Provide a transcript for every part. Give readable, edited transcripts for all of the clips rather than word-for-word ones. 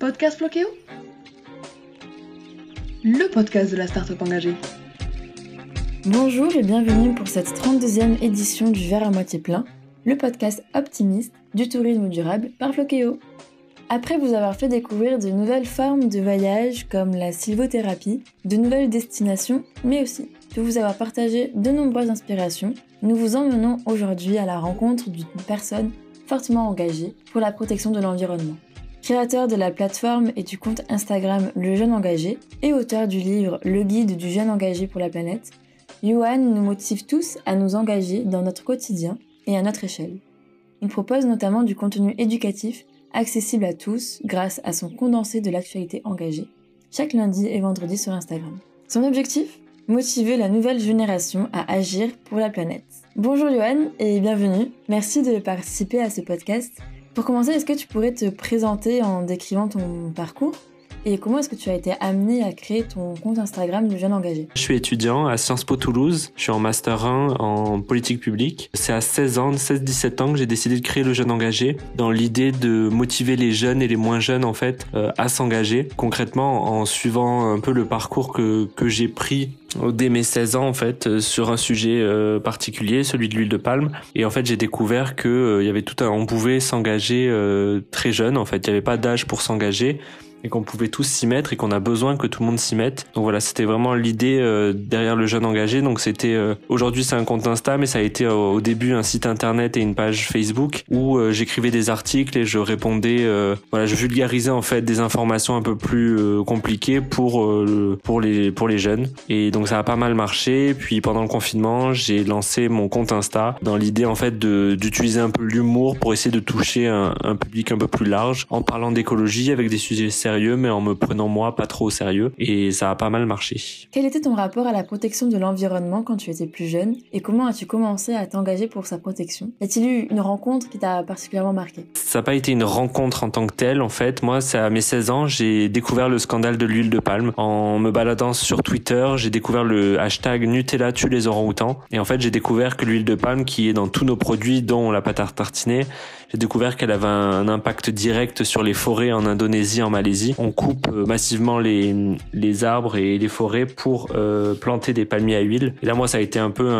Podcast Floqueo, le podcast de la start-up engagée. Bonjour et bienvenue pour cette 32e édition du Verre à moitié plein, le podcast optimiste du tourisme durable par Floqueo. Après vous avoir fait découvrir de nouvelles formes de voyage comme la sylvothérapie, de nouvelles destinations, mais aussi de vous avoir partagé de nombreuses inspirations, nous vous emmenons aujourd'hui à la rencontre d'une personne fortement engagée pour la protection de l'environnement. Créateur de la plateforme et du compte Instagram Le Jeune Engagé et auteur du livre Le Guide du Jeune Engagé pour la planète, Yohan nous motive tous à nous engager dans notre quotidien et à notre échelle. Il propose notamment du contenu éducatif accessible à tous grâce à son condensé de l'actualité engagée, chaque lundi et vendredi sur Instagram. Son objectif ? Motiver la nouvelle génération à agir pour la planète. Bonjour Yohan et bienvenue. Merci de participer à ce podcast. Pour commencer, est-ce que tu pourrais te présenter en décrivant ton parcours ? Et comment est-ce que tu as été amené à créer ton compte Instagram Le Jeune Engagé ? Je suis étudiant à Sciences Po Toulouse. Je suis en Master 1 en politique publique. C'est à 16-17 ans que j'ai décidé de créer Le Jeune Engagé dans l'idée de motiver les jeunes et les moins jeunes en fait à s'engager. Concrètement, en suivant un peu le parcours que j'ai pris dès mes 16 ans en fait sur un sujet particulier, celui de l'huile de palme. Et en fait, j'ai découvert que il y avait on pouvait s'engager très jeune. En fait, il n'y avait pas d'âge pour s'engager. Et qu'on pouvait tous s'y mettre et qu'on a besoin que tout le monde s'y mette. Donc voilà, c'était vraiment l'idée derrière Le Jeune Engagé. Donc c'était aujourd'hui c'est un compte Insta, mais ça a été au début un site internet et une page Facebook où j'écrivais des articles et je répondais, je vulgarisais en fait des informations un peu plus compliquées pour les jeunes. Et donc ça a pas mal marché. Puis pendant le confinement, j'ai lancé mon compte Insta dans l'idée en fait d'utiliser un peu l'humour pour essayer de toucher un public un peu plus large en parlant d'écologie avec des sujets sérieux mais en me prenant moi pas trop au sérieux et ça a pas mal marché. Quel était ton rapport à la protection de l'environnement quand tu étais plus jeune et comment as-tu commencé à t'engager pour sa protection ? Y a-t-il eu une rencontre qui t'a particulièrement marqué ? Ça n'a pas été une rencontre en tant que telle en fait. Moi, c'est à mes 16 ans, j'ai découvert le scandale de l'huile de palme. En me baladant sur Twitter, j'ai découvert le hashtag Nutella tue les orang-outans et en fait j'ai découvert que l'huile de palme qui est dans tous nos produits dont la pâte à tartiner, j'ai découvert qu'elle avait un impact direct sur les forêts en Indonésie, en Malaisie. On coupe massivement les arbres et les forêts pour planter des palmiers à huile. Et là, moi, ça a été un peu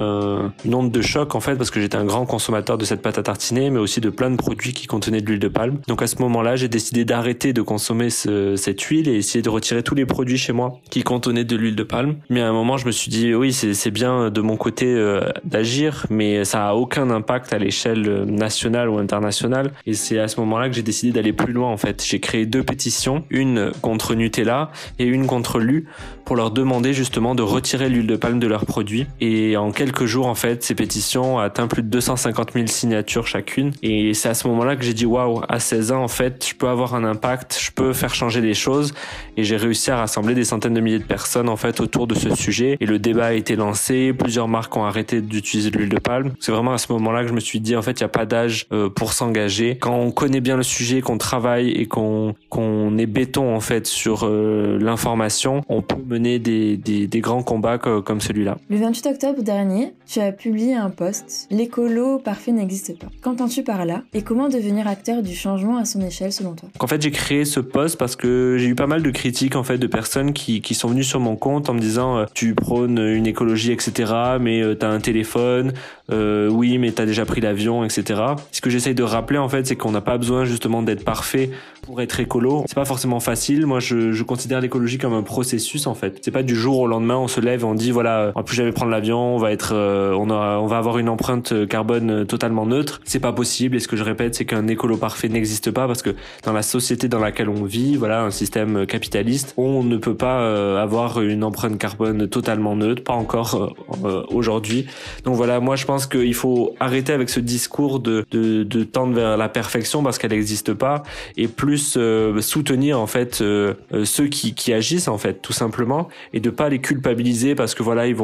une onde de choc, en fait, parce que j'étais un grand consommateur de cette pâte à tartiner, mais aussi de plein de produits qui contenaient de l'huile de palme. Donc à ce moment-là, j'ai décidé d'arrêter de consommer cette huile et essayer de retirer tous les produits chez moi qui contenaient de l'huile de palme. Mais à un moment, je me suis dit, oui, c'est bien de mon côté d'agir, mais ça a aucun impact à l'échelle nationale ou internationale. Et c'est à ce moment-là que j'ai décidé d'aller plus loin, en fait. J'ai créé 2 pétitions, une contre Nutella et une contre Lu, pour leur demander justement de retirer l'huile de palme de leurs produits. Et en quelques jours, en fait, ces pétitions ont atteint plus de 250 000 signatures chacune. Et c'est à ce moment-là que j'ai dit, waouh, à 16 ans, en fait, je peux avoir un impact, je peux faire changer les choses. Et j'ai réussi à rassembler des centaines de milliers de personnes, en fait, autour de ce sujet. Et le débat a été lancé, plusieurs marques ont arrêté d'utiliser de l'huile de palme. C'est vraiment à ce moment-là que je me suis dit, en fait, il n'y a pas d'âge pour s'engager. Quand on connaît bien le sujet, qu'on travaille et qu'on est béton, en fait, sur l'information, on peut mener des grands combats comme celui-là. Le 28 octobre dernier, tu as publié un post « L'écolo parfait n'existe pas ». Qu'entends-tu par là et comment devenir acteur du changement à son échelle selon toi ? En fait, j'ai créé ce post parce que j'ai eu pas mal de critiques en fait de personnes qui sont venues sur mon compte en me disant tu prônes une écologie etc. mais t'as un téléphone, oui mais t'as déjà pris l'avion etc. Ce que j'essaye de rappeler en fait c'est qu'on n'a pas besoin justement d'être parfait pour être écolo. C'est pas forcément facile. Moi je considère l'écologie comme un processus en fait. C'est pas du jour au lendemain on se lève et on dit voilà on va plus jamais prendre l'avion, on va avoir une empreinte carbone totalement neutre. C'est pas possible et ce que je répète c'est qu'un écolo parfait n'existe pas parce que dans la société dans laquelle on vit, voilà un système capitaliste, on ne peut pas avoir une empreinte carbone totalement neutre, pas encore aujourd'hui. Donc voilà, moi je pense qu'il faut arrêter avec ce discours de tendre vers la perfection parce qu'elle n'existe pas et plus soutenir en fait ceux qui agissent en fait tout simplement et de pas les culpabiliser parce que voilà ils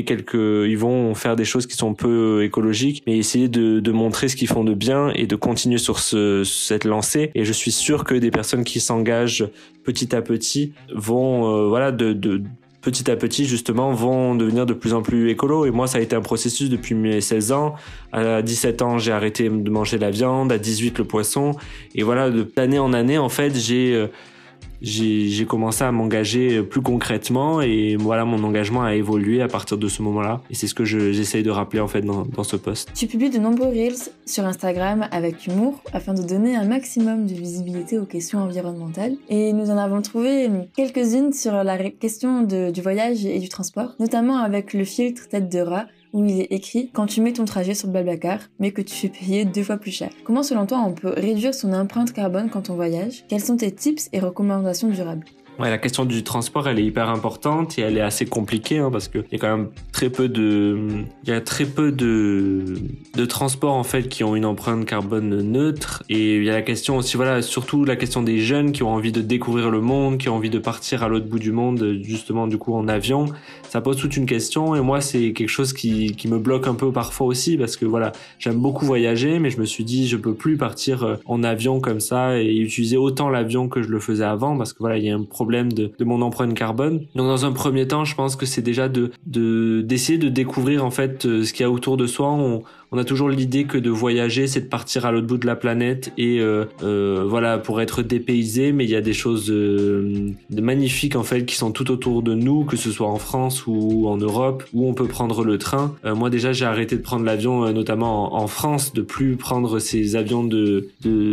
vont faire des choses qui sont peu écologiques mais essayer de montrer ce qu'ils font de bien et de continuer sur cette lancée et je suis sûr que des personnes qui s'engagent petit à petit vont petit à petit justement vont devenir de plus en plus écolo. Et moi, ça a été un processus depuis mes 16 ans. À 17 ans, j'ai arrêté de manger la viande, à 18 le poisson. Et voilà, d'année en année, en fait, j'ai commencé à m'engager plus concrètement, et voilà, mon engagement a évolué à partir de ce moment-là, et c'est ce que j'essaye de rappeler en fait dans ce post. Tu publies de nombreux reels sur Instagram avec humour afin de donner un maximum de visibilité aux questions environnementales, et nous en avons trouvé quelques-unes sur la question du voyage et du transport, notamment avec le filtre tête de rat où il est écrit « Quand tu mets ton trajet sur Blablacar, mais que tu fais payer 2 fois plus cher ». Comment selon toi on peut réduire son empreinte carbone quand on voyage ? Quels sont tes tips et recommandations durables ? Ouais, la question du transport, elle est hyper importante et elle est assez compliquée, parce que il y a quand même très peu de transports en fait qui ont une empreinte carbone neutre. Et il y a la question aussi, voilà, surtout la question des jeunes qui ont envie de découvrir le monde, qui ont envie de partir à l'autre bout du monde, justement du coup en avion. Ça pose toute une question, et moi c'est quelque chose qui me bloque un peu parfois aussi, parce que voilà, j'aime beaucoup voyager, mais je me suis dit je peux plus partir en avion comme ça et utiliser autant l'avion que je le faisais avant, parce que voilà, il y a un problème de mon empreinte carbone. Donc dans un premier temps, je pense que c'est déjà d'essayer de découvrir en fait ce qu'il y a autour de soi. On a toujours l'idée que de voyager, c'est de partir à l'autre bout de la planète et voilà, pour être dépaysé, mais il y a des choses magnifiques en fait qui sont tout autour de nous, que ce soit en France ou en Europe, où on peut prendre le train. Moi déjà, j'ai arrêté de prendre l'avion, notamment en France, de plus prendre ces avions de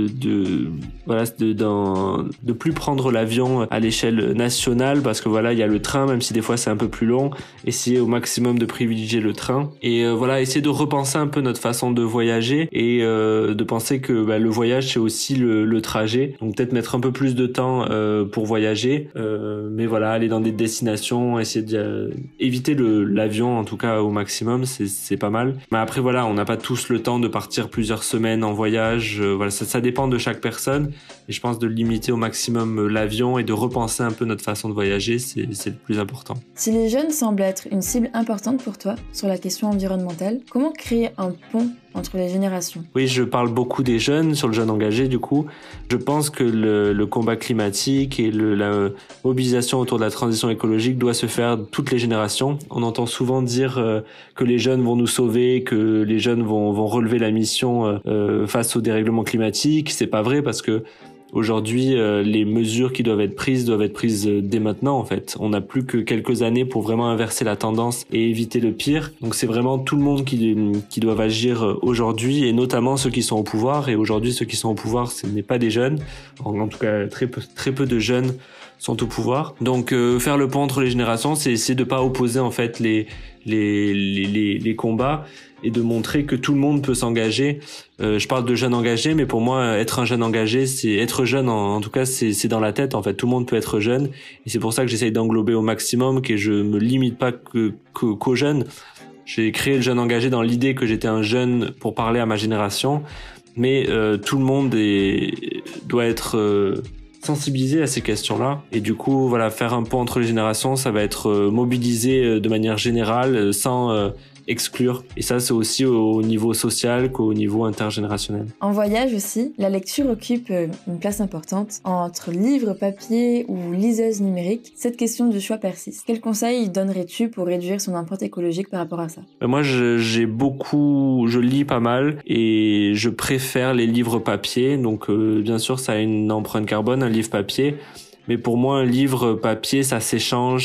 plus prendre l'avion à l'échelle nationale, parce que voilà, il y a le train, même si des fois c'est un peu plus long. Essayer au maximum de privilégier le train et voilà, essayer de repenser un peu notre façon de voyager et de penser que le voyage c'est aussi le trajet, donc peut-être mettre un peu plus de temps pour voyager, mais voilà, aller dans des destinations, essayer éviter l'avion en tout cas au maximum, c'est pas mal. Mais après voilà, on n'a pas tous le temps de partir plusieurs semaines en voyage, voilà, ça dépend de chaque personne, et je pense de limiter au maximum l'avion et de repenser un peu notre façon de voyager, c'est le plus important. Si les jeunes semblent être une cible importante pour toi sur la question environnementale, comment créer un pont entre les générations ? Oui, je parle beaucoup des jeunes, sur le jeune engagé du coup. Je pense que le combat climatique et la mobilisation autour de la transition écologique doit se faire de toutes les générations. On entend souvent dire que les jeunes vont nous sauver, que les jeunes vont relever la mission face au dérèglement climatique. C'est pas vrai, parce que aujourd'hui, les mesures qui doivent être prises dès maintenant en fait. On n'a plus que quelques années pour vraiment inverser la tendance et éviter le pire. Donc c'est vraiment tout le monde qui doivent agir aujourd'hui, et notamment ceux qui sont au pouvoir. Et aujourd'hui, ceux qui sont au pouvoir, ce n'est pas des jeunes. En tout cas, très peu de jeunes sont au pouvoir. Donc faire le pont entre les générations, c'est essayer de pas opposer en fait les combats, et de montrer que tout le monde peut s'engager. Je parle de jeunes engagés, mais pour moi, être un jeune engagé, c'est être jeune, en tout cas, c'est dans la tête, en fait. Tout le monde peut être jeune, et c'est pour ça que j'essaye d'englober au maximum, que je me limite pas qu'aux jeunes. J'ai créé le jeune engagé dans l'idée que j'étais un jeune pour parler à ma génération, mais tout le monde doit être sensibilisé à ces questions-là, et du coup, voilà, faire un pont entre les générations, ça va être mobiliser de manière générale, sans exclure. Et ça, c'est aussi au niveau social qu'au niveau intergénérationnel. En voyage aussi, la lecture occupe une place importante. Entre livres papier ou liseuse numérique, cette question du choix persiste. Quels conseils donnerais-tu pour réduire son empreinte écologique par rapport à ça ? Moi, je lis pas mal, et je préfère les livres papier. Donc, bien sûr, ça a une empreinte carbone, un livre papier. Mais pour moi, un livre papier, ça s'échange,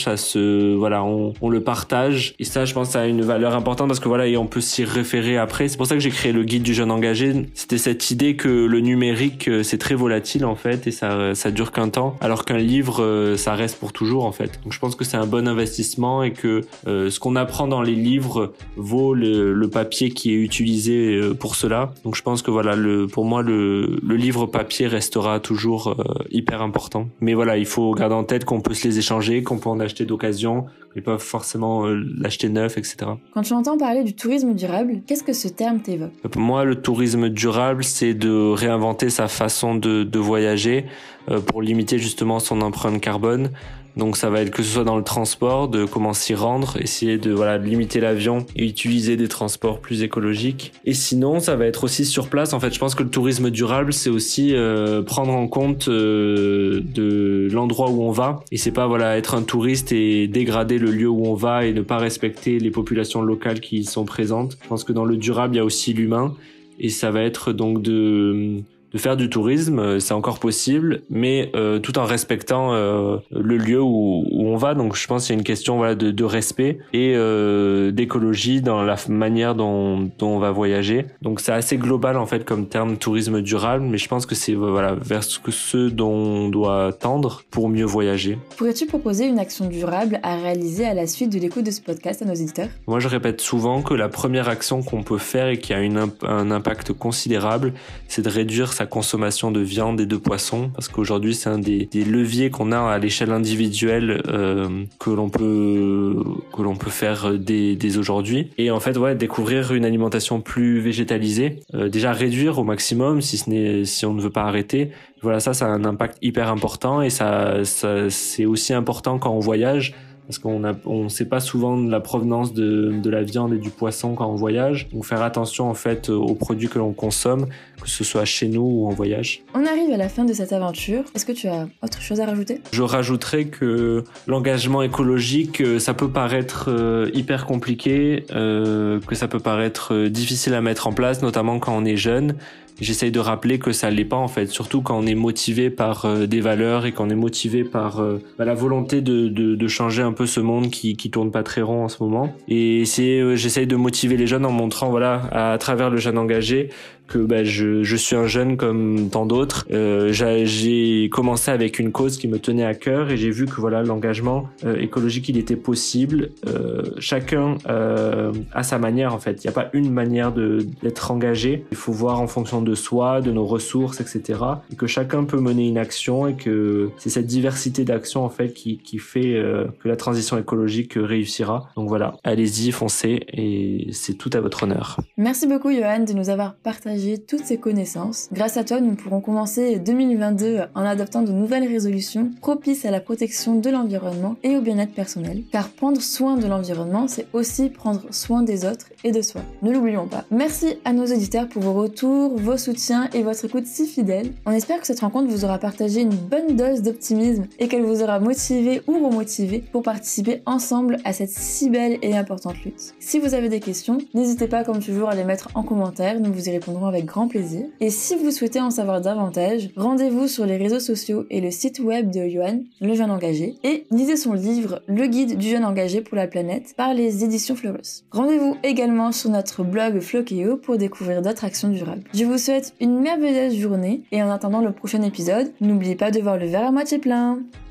on le partage. Et ça, je pense, ça a une valeur importante, parce que voilà, et on peut s'y référer après. C'est pour ça que j'ai créé le guide du jeune engagé. C'était cette idée que le numérique, c'est très volatile, en fait, et ça dure qu'un temps. Alors qu'un livre, ça reste pour toujours, en fait. Donc je pense que c'est un bon investissement, et que ce qu'on apprend dans les livres vaut le papier qui est utilisé pour cela. Donc je pense que voilà, pour moi, le livre papier restera toujours hyper important. Mais voilà, il faut garder en tête qu'on peut se les échanger, qu'on peut en acheter d'occasion, ils peuvent forcément l'acheter neuf, etc. Quand tu entends parler du tourisme durable, qu'est-ce que ce terme t'évoque ? Pour moi, le tourisme durable, c'est de réinventer sa façon de voyager pour limiter justement son empreinte carbone. Donc ça va être que ce soit dans le transport, de comment s'y rendre, essayer de limiter l'avion et utiliser des transports plus écologiques. Et sinon, ça va être aussi sur place. En fait, je pense que le tourisme durable, c'est aussi prendre en compte de l'endroit où on va, et c'est pas être un touriste et dégrader le lieu où on va et ne pas respecter les populations locales qui y sont présentes. Je pense que dans le durable, il y a aussi l'humain, et ça va être donc de faire du tourisme, c'est encore possible, mais tout en respectant le lieu où on va. Donc je pense qu'il y a une question de respect et d'écologie dans la manière dont on va voyager. Donc c'est assez global en fait comme terme tourisme durable, mais je pense que c'est vers ce dont on doit tendre pour mieux voyager. Pourrais-tu proposer une action durable à réaliser à la suite de l'écoute de ce podcast à nos éditeurs ? Moi je répète souvent que la première action qu'on peut faire et qui a un impact considérable, c'est de réduire sa consommation de viande et de poisson, parce qu'aujourd'hui c'est un des leviers qu'on a à l'échelle individuelle que l'on peut faire dès aujourd'hui. Et en fait découvrir une alimentation plus végétalisée, déjà réduire au maximum si on ne veut pas arrêter. Ça a un impact hyper important, et ça c'est aussi important quand on voyage, parce qu'on sait pas souvent la provenance de la viande et du poisson quand on voyage. Donc faire attention en fait aux produits que l'on consomme, que ce soit chez nous ou en voyage. On arrive à la fin de cette aventure. Est-ce que tu as autre chose à rajouter ? Je rajouterais que l'engagement écologique, ça peut paraître hyper compliqué, que ça peut paraître difficile à mettre en place, notamment quand on est jeune. J'essaye de rappeler que ça l'est pas en fait, surtout quand on est motivé par des valeurs et quand on est motivé par la volonté de changer un peu ce monde qui tourne pas très rond en ce moment. Et j'essaye de motiver les jeunes en montrant à travers le jeune engagé que je suis un jeune comme tant d'autres. J'ai commencé avec une cause qui me tenait à cœur, et j'ai vu que l'engagement écologique il était possible. Chacun a sa manière en fait. Il n'y a pas une manière d'être engagé. Il faut voir en fonction de soi, de nos ressources, etc. Et que chacun peut mener une action, et que c'est cette diversité d'actions en fait qui fait que la transition écologique réussira. Donc allez-y, foncez, et c'est tout à votre honneur. Merci beaucoup Johan de nous avoir partagé toutes ces connaissances. Grâce à toi, nous pourrons commencer 2022 en adoptant de nouvelles résolutions propices à la protection de l'environnement et au bien-être personnel. Car prendre soin de l'environnement, c'est aussi prendre soin des autres et de soi. Ne l'oublions pas. Merci à nos auditeurs pour vos retours, vos soutiens et votre écoute si fidèle. On espère que cette rencontre vous aura partagé une bonne dose d'optimisme et qu'elle vous aura motivé ou remotivé pour participer ensemble à cette si belle et importante lutte. Si vous avez des questions, n'hésitez pas comme toujours à les mettre en commentaire, nous vous y répondrons avec grand plaisir. Et si vous souhaitez en savoir davantage, rendez-vous sur les réseaux sociaux et le site web de Johan, le jeune engagé, et lisez son livre Le guide du jeune engagé pour la planète par les éditions Fleuros. Rendez-vous également sur notre blog Flokeo pour découvrir d'autres actions durables. Je vous souhaite une merveilleuse journée, et en attendant le prochain épisode, n'oubliez pas de voir le verre à moitié plein.